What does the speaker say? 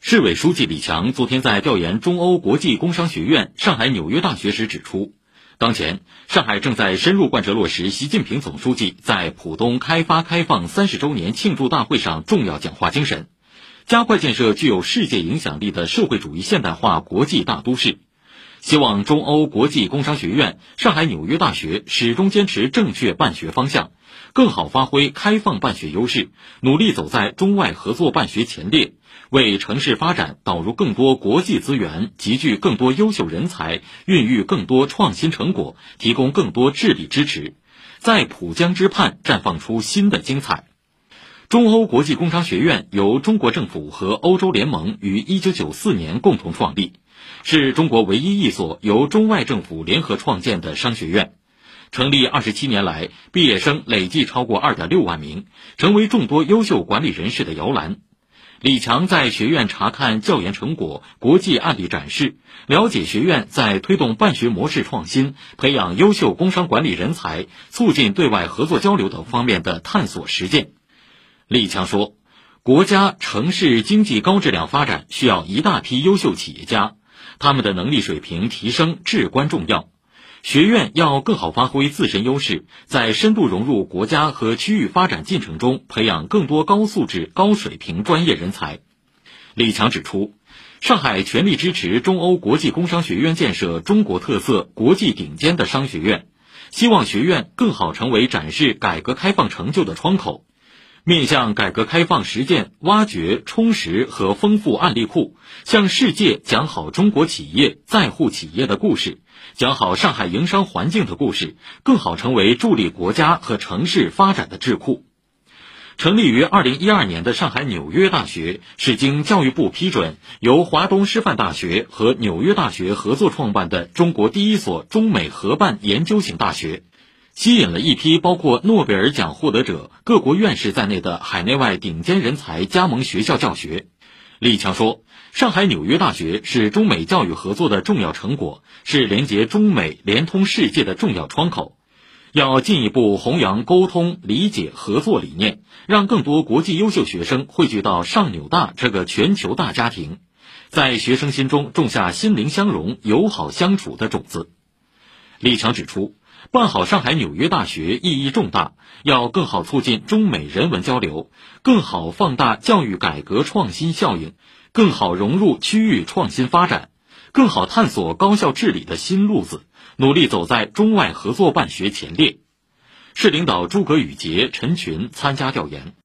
市委书记李强昨天在调研中欧国际工商学院、上海纽约大学时指出，当前上海正在深入贯彻落实习近平总书记在浦东开发开放30周年庆祝大会上重要讲话精神，加快建设具有世界影响力的社会主义现代化国际大都市。希望中欧国际工商学院、上海纽约大学始终坚持正确办学方向，更好发挥开放办学优势，努力走在中外合作办学前列，为城市发展导入更多国际资源，集聚更多优秀人才，孕育更多创新成果，提供更多治理支持，在浦江之畔绽放出新的精彩。中欧国际工商学院由中国政府和欧洲联盟于1994年共同创立，是中国唯一一所由中外政府联合创建的商学院。成立27年来，毕业生累计超过 2.6 万名，成为众多优秀管理人士的摇篮。李强在学院查看教研成果、国际案例展示，了解学院在推动办学模式创新、培养优秀工商管理人才、促进对外合作交流等方面的探索实践。李强说，国家城市经济高质量发展需要一大批优秀企业家，他们的能力水平提升至关重要。学院要更好发挥自身优势，在深度融入国家和区域发展进程中培养更多高素质、高水平专业人才。李强指出，上海全力支持中欧国际工商学院建设中国特色、国际顶尖的商学院，希望学院更好成为展示改革开放成就的窗口，面向改革开放实践挖掘、充实和丰富案例库，向世界讲好中国企业在沪企业的故事，讲好上海营商环境的故事，更好成为助力国家和城市发展的智库。成立于2012年的上海纽约大学是经教育部批准，由华东师范大学和纽约大学合作创办的中国第一所中美合办研究型大学，吸引了一批包括诺贝尔奖获得者、各国院士在内的海内外顶尖人才加盟学校教学。李强说，上海纽约大学是中美教育合作的重要成果，是连结中美、连通世界的重要窗口。要进一步弘扬沟通、理解、合作理念，让更多国际优秀学生汇聚到上纽大这个全球大家庭，在学生心中种下心灵相融、友好相处的种子。李强指出，办好上海纽约大学意义重大，要更好促进中美人文交流，更好放大教育改革创新效应，更好融入区域创新发展，更好探索高校治理的新路子，努力走在中外合作办学前列。市领导诸葛宇杰、陈群参加调研。